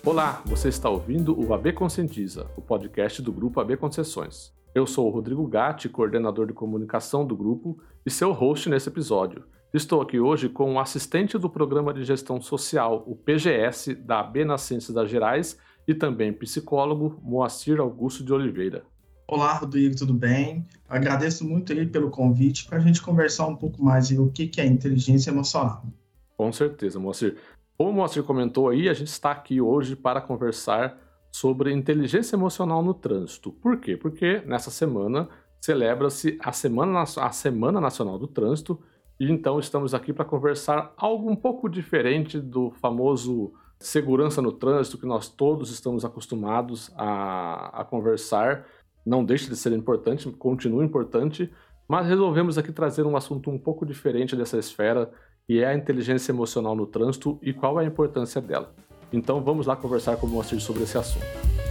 Olá, você está ouvindo o AB Conscientiza, o podcast do Grupo AB Concessões. Eu sou o Rodrigo Gatti, coordenador de comunicação do grupo e seu host nesse episódio. Estou aqui hoje com o assistente do Programa de Gestão Social, o PGS, da AB Nascentes das Gerais e também psicólogo Moacir Augusto de Oliveira. Olá, Rodrigo, tudo bem? Agradeço muito aí pelo convite para a gente conversar um pouco mais o que é inteligência emocional. Com certeza, Moacir. Como o Moacir comentou aí, a gente está aqui hoje para conversar sobre inteligência emocional no trânsito. Por quê? Porque nessa semana celebra-se a Semana Nacional do Trânsito e então estamos aqui para conversar algo um pouco diferente do famoso segurança no trânsito que nós todos estamos acostumados a conversar. Não deixa de ser importante, continua importante, mas resolvemos aqui trazer um assunto um pouco diferente dessa esfera, que é a inteligência emocional no trânsito e qual é a importância dela. Então vamos lá conversar com o Moacir sobre esse assunto.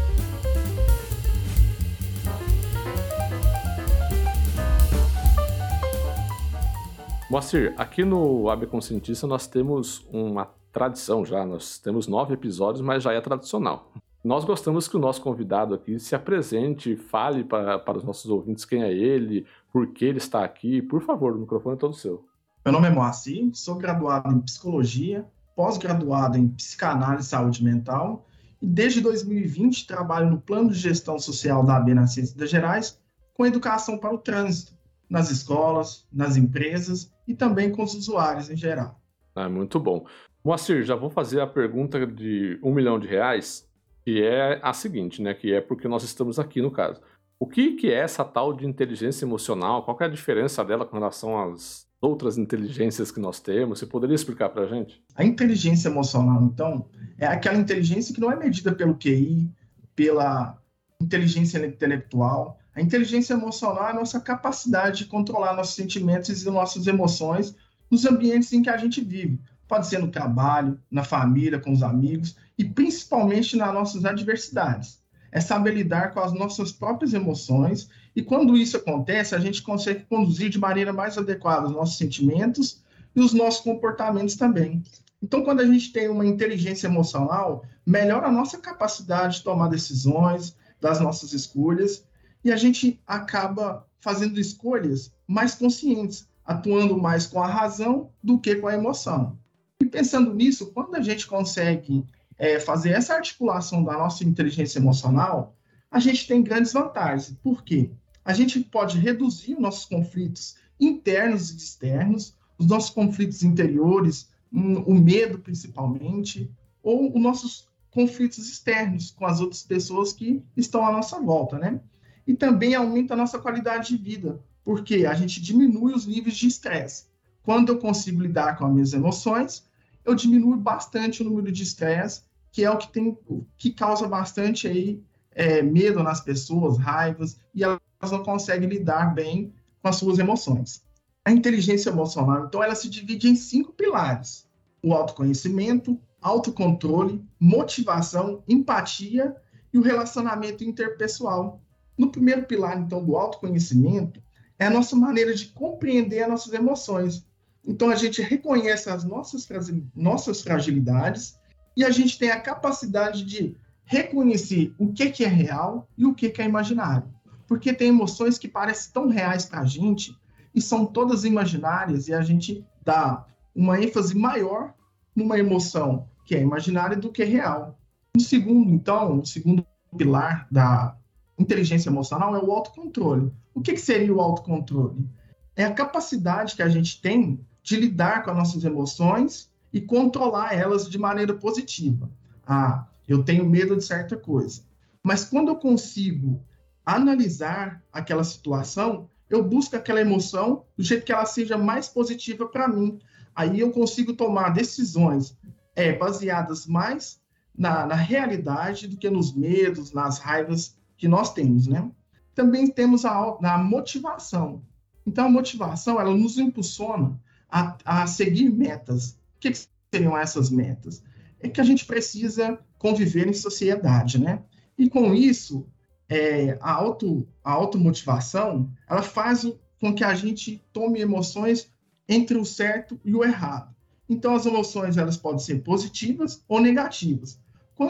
Moacir, aqui no AB Conscientista nós temos uma tradição já, nós temos 9 episódios, mas já é tradicional. Nós gostamos que o nosso convidado aqui se apresente, fale para os nossos ouvintes quem é ele, por que ele está aqui. Por favor, o microfone é todo seu. Meu nome é Moacir, sou graduado em Psicologia, pós-graduado em Psicanálise e Saúde Mental e desde 2020 trabalho no Plano de Gestão Social da AB Nascentes das Gerais com educação para o trânsito, nas escolas, nas empresas e também com os usuários em geral. Muito bom. Moacir, já vou fazer a pergunta de R$1 milhão, que é a seguinte, né? Que é porque nós estamos aqui no caso. O que é essa tal de inteligência emocional? Qual que é a diferença dela com relação às outras inteligências que nós temos? Você poderia explicar para a gente? A inteligência emocional, então, é aquela inteligência que não é medida pelo QI, pela inteligência intelectual. A inteligência emocional é a nossa capacidade de controlar nossos sentimentos e nossas emoções nos ambientes em que a gente vive. Pode ser no trabalho, na família, com os amigos e principalmente nas nossas adversidades. É saber lidar com as nossas próprias emoções e quando isso acontece, a gente consegue conduzir de maneira mais adequada os nossos sentimentos e os nossos comportamentos também. Então, quando a gente tem uma inteligência emocional, melhora a nossa capacidade de tomar decisões, das nossas escolhas e a gente acaba fazendo escolhas mais conscientes, atuando mais com a razão do que com a emoção. E pensando nisso, quando a gente consegue fazer essa articulação da nossa inteligência emocional, a gente tem grandes vantagens. Por quê? A gente pode reduzir os nossos conflitos internos e externos, os nossos conflitos interiores, o medo principalmente, ou os nossos conflitos externos com as outras pessoas que estão à nossa volta, né? E também aumenta a nossa qualidade de vida, porque a gente diminui os níveis de estresse. Quando eu consigo lidar com as minhas emoções, eu diminuo bastante o número de estresse, que é o que causa bastante aí, medo nas pessoas, raivas, e elas não conseguem lidar bem com as suas emoções. A inteligência emocional, então, ela se divide em 5 pilares: o autoconhecimento, autocontrole, motivação, empatia e o relacionamento interpessoal. No primeiro pilar, então, do autoconhecimento, é a nossa maneira de compreender as nossas emoções. Então, a gente reconhece as nossas fragilidades e a gente tem a capacidade de reconhecer o que é real e o que é imaginário. Porque tem emoções que parecem tão reais para a gente e são todas imaginárias e a gente dá uma ênfase maior numa emoção que é imaginária do que real. O segundo pilar da inteligência emocional é o autocontrole. O que seria o autocontrole? É a capacidade que a gente tem de lidar com as nossas emoções e controlar elas de maneira positiva. Eu tenho medo de certa coisa. Mas quando eu consigo analisar aquela situação, eu busco aquela emoção do jeito que ela seja mais positiva para mim. Aí eu consigo tomar decisões baseadas mais na realidade do que nos medos, nas raivas que nós temos, né? Também temos a motivação. Então, a motivação, ela nos impulsiona a seguir metas. O que seriam essas metas? É que a gente precisa conviver em sociedade, né? E com isso, a automotivação, ela faz com que a gente tome emoções entre o certo e o errado. Então, as emoções elas podem ser positivas ou negativas. Quando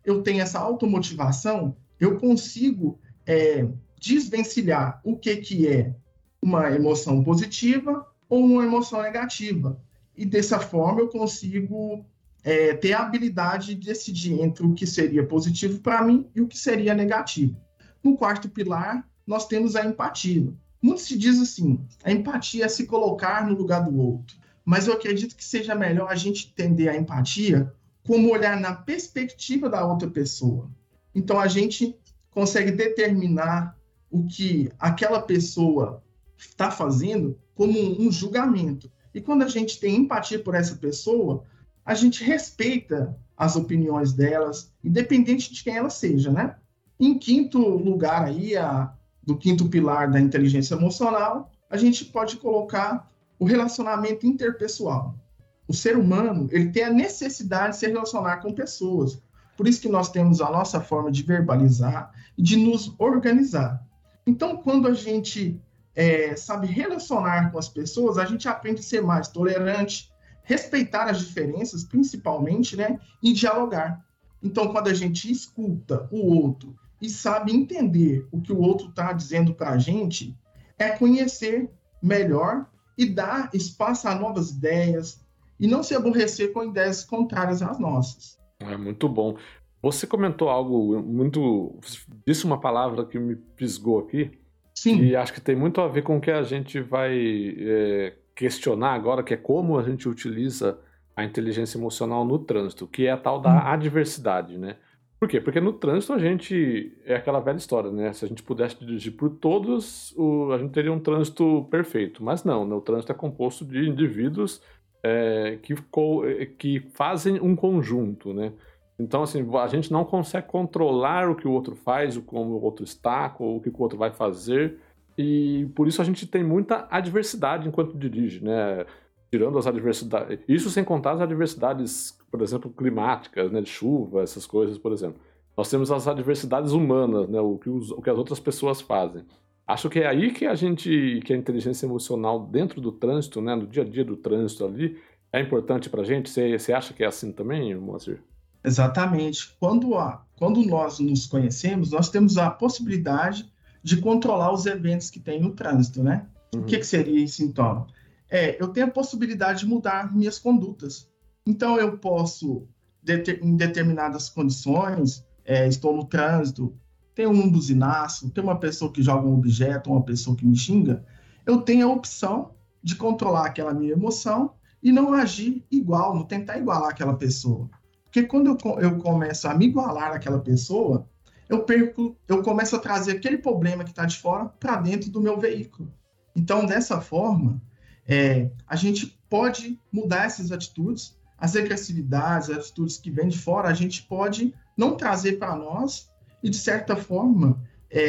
eu tenho essa automotivação, eu consigo desvencilhar o que é uma emoção positiva ou uma emoção negativa. E dessa forma eu consigo ter a habilidade de decidir entre o que seria positivo para mim e o que seria negativo. No quarto pilar, nós temos a empatia. Muito se diz assim, a empatia é se colocar no lugar do outro. Mas eu acredito que seja melhor a gente entender a empatia como olhar na perspectiva da outra pessoa. Então, a gente consegue determinar o que aquela pessoa está fazendo como um julgamento. E quando a gente tem empatia por essa pessoa, a gente respeita as opiniões delas, independente de quem ela seja, né? Em quinto lugar aí, do quinto pilar da inteligência emocional, a gente pode colocar o relacionamento interpessoal. O ser humano, ele tem a necessidade de se relacionar com pessoas. Por isso que nós temos a nossa forma de verbalizar e de nos organizar. Então, quando a gente sabe relacionar com as pessoas, a gente aprende a ser mais tolerante, respeitar as diferenças, principalmente, né, e dialogar. Então, quando a gente escuta o outro e sabe entender o que o outro está dizendo para a gente, é conhecer melhor e dar espaço a novas ideias e não se aborrecer com ideias contrárias às nossas. É muito bom. Você comentou algo muito... Disse uma palavra que me fisgou aqui. Sim. E acho que tem muito a ver com o que a gente vai questionar agora, que é como a gente utiliza a inteligência emocional no trânsito, que é a tal da adversidade, né? Por quê? Porque no trânsito a gente... É aquela velha história, né? Se a gente pudesse dirigir por todos, a gente teria um trânsito perfeito. Mas não, né? O trânsito é composto de indivíduos que fazem um conjunto, né? Então, assim, a gente não consegue controlar o que o outro faz, como o outro está, ou o que o outro vai fazer, e por isso a gente tem muita adversidade enquanto dirige, né? Tirando as adversidades... Isso sem contar as adversidades, por exemplo, climáticas, né? De chuva, essas coisas, por exemplo. Nós temos as adversidades humanas, né? O que as outras pessoas fazem. Acho que é aí que a inteligência emocional dentro do trânsito, né? No dia a dia do trânsito ali, é importante pra gente. Você acha que é assim também, Moacir? Exatamente. Quando nós nos conhecemos, nós temos a possibilidade de controlar os eventos que tem no trânsito, né? O que seria isso, então? Eu tenho a possibilidade de mudar minhas condutas. Então, eu posso, em determinadas condições, estou no trânsito, tem um buzinaço, tem uma pessoa que joga um objeto, uma pessoa que me xinga, eu tenho a opção de controlar aquela minha emoção e não agir igual, não tentar igualar aquela pessoa. Porque quando eu começo a me igualar àquela pessoa, eu começo a trazer aquele problema que está de fora para dentro do meu veículo. Então, dessa forma, a gente pode mudar essas atitudes, as agressividades, as atitudes que vêm de fora, a gente pode não trazer para nós e, de certa forma,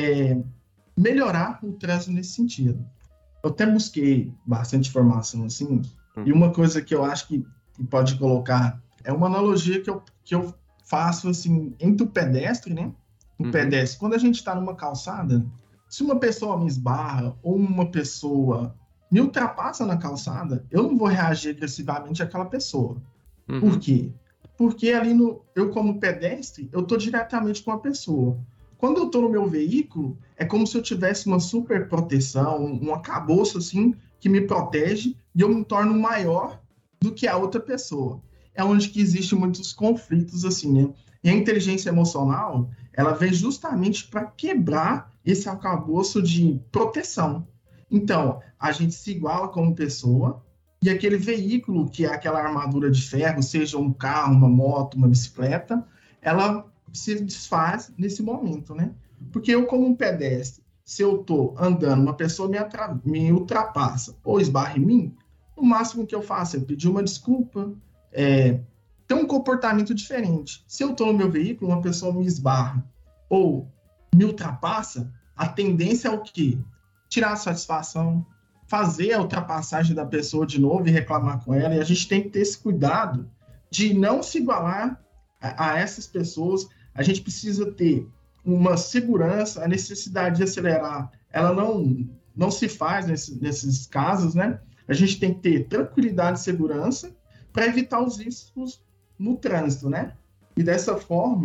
melhorar o trânsito nesse sentido. Eu até busquei bastante informação, assim, e uma coisa que eu acho que pode colocar é uma analogia que eu faço, assim, entre o pedestre, né? O pedestre, quando a gente está numa calçada, se uma pessoa me esbarra ou uma pessoa me ultrapassa na calçada, eu não vou reagir agressivamente àquela pessoa. Por quê? Porque ali eu, como pedestre, eu estou diretamente com a pessoa. Quando eu estou no meu veículo, é como se eu tivesse uma super proteção, um arcabouço, assim, que me protege e eu me torno maior do que a outra pessoa. É onde que existem muitos conflitos, assim, né? E a inteligência emocional, ela vem justamente para quebrar esse arcabouço de proteção. Então, a gente se iguala como pessoa e aquele veículo, que é aquela armadura de ferro, seja um carro, uma moto, uma bicicleta, ela se desfaz nesse momento, né? Porque eu, como um pedestre, se eu estou andando, uma pessoa me ultrapassa ou esbarra em mim, o máximo que eu faço é pedir uma desculpa, ter um comportamento diferente. Se eu estou no meu veículo, uma pessoa me esbarra ou me ultrapassa, a tendência é o quê? Tirar a satisfação, fazer a ultrapassagem da pessoa de novo e reclamar com ela. E a gente tem que ter esse cuidado de não se igualar a essas pessoas. A gente precisa ter uma segurança, a necessidade de acelerar, ela não se faz nesses casos, né? A gente tem que ter tranquilidade e segurança para evitar os riscos no trânsito, né? E dessa forma,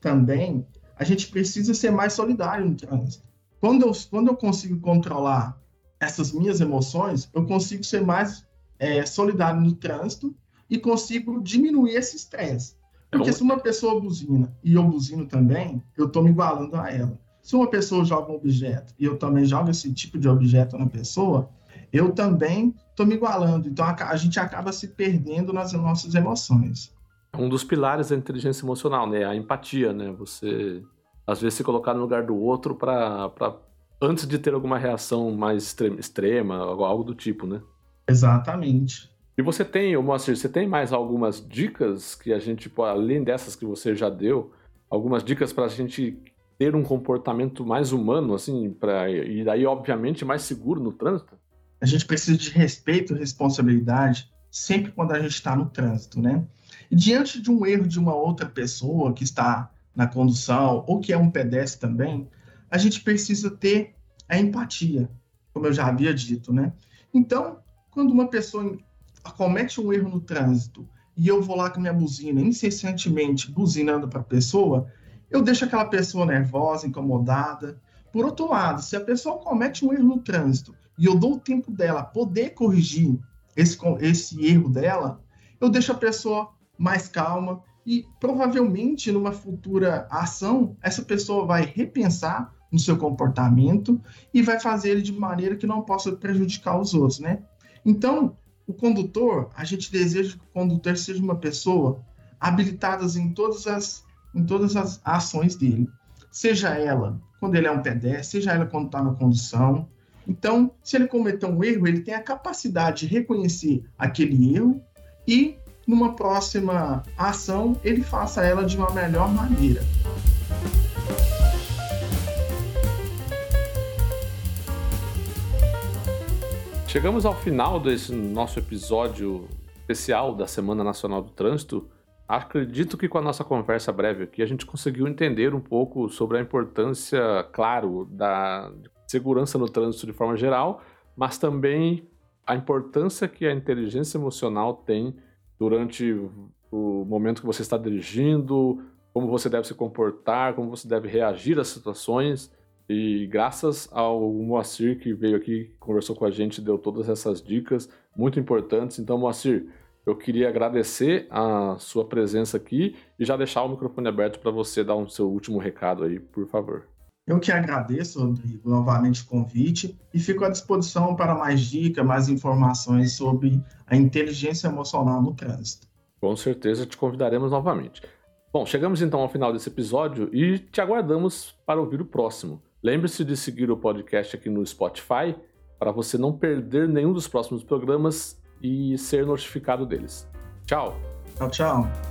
também, a gente precisa ser mais solidário no trânsito. Quando eu consigo controlar essas minhas emoções, eu consigo ser mais solidário no trânsito e consigo diminuir esse estresse. Porque se uma pessoa buzina e eu buzino também, eu estou me igualando a ela. Se uma pessoa joga um objeto e eu também jogo esse tipo de objeto na pessoa, eu também estou me igualando. Então, a gente acaba se perdendo nas nossas emoções. Um dos pilares da inteligência emocional, né? A empatia, né? Você, às vezes, se colocar no lugar do outro para antes de ter alguma reação mais extrema, algo do tipo, né? Exatamente. E você tem, Moacir, você tem mais algumas dicas que a gente, além dessas que você já deu, algumas dicas para a gente ter um comportamento mais humano, assim, e daí, obviamente, mais seguro no trânsito? A gente precisa de respeito e responsabilidade sempre quando a gente está no trânsito, né? E diante de um erro de uma outra pessoa que está na condução ou que é um pedestre também, a gente precisa ter a empatia, como eu já havia dito, né? Então, quando uma pessoa comete um erro no trânsito e eu vou lá com minha buzina, incessantemente buzinando para a pessoa, eu deixo aquela pessoa nervosa, incomodada. Por outro lado, se a pessoa comete um erro no trânsito e eu dou o tempo dela poder corrigir esse erro dela, eu deixo a pessoa mais calma e provavelmente numa futura ação, essa pessoa vai repensar no seu comportamento e vai fazer ele de maneira que não possa prejudicar os outros, né? Então, o condutor, a gente deseja que o condutor seja uma pessoa habilitada em todas as ações dele. Seja ela quando ele é um pedestre, seja ela quando está na condução. Então, se ele cometer um erro, ele tem a capacidade de reconhecer aquele erro e, numa próxima ação, ele faça ela de uma melhor maneira. Chegamos ao final desse nosso episódio especial da Semana Nacional do Trânsito. Acredito que com a nossa conversa breve aqui a gente conseguiu entender um pouco sobre a importância, claro, da segurança no trânsito de forma geral, mas também a importância que a inteligência emocional tem durante o momento que você está dirigindo, como você deve se comportar, como você deve reagir às situações. E graças ao Moacir que veio aqui, conversou com a gente, deu todas essas dicas muito importantes. Então, Moacir, eu queria agradecer a sua presença aqui e já deixar o microfone aberto para você dar o seu último recado aí, por favor. Eu que agradeço, Rodrigo, novamente o convite e fico à disposição para mais dicas, mais informações sobre a inteligência emocional no trânsito. Com certeza te convidaremos novamente. Bom, chegamos então ao final desse episódio e te aguardamos para ouvir o próximo. Lembre-se de seguir o podcast aqui no Spotify para você não perder nenhum dos próximos programas e ser notificado deles. Tchau! Tchau, tchau!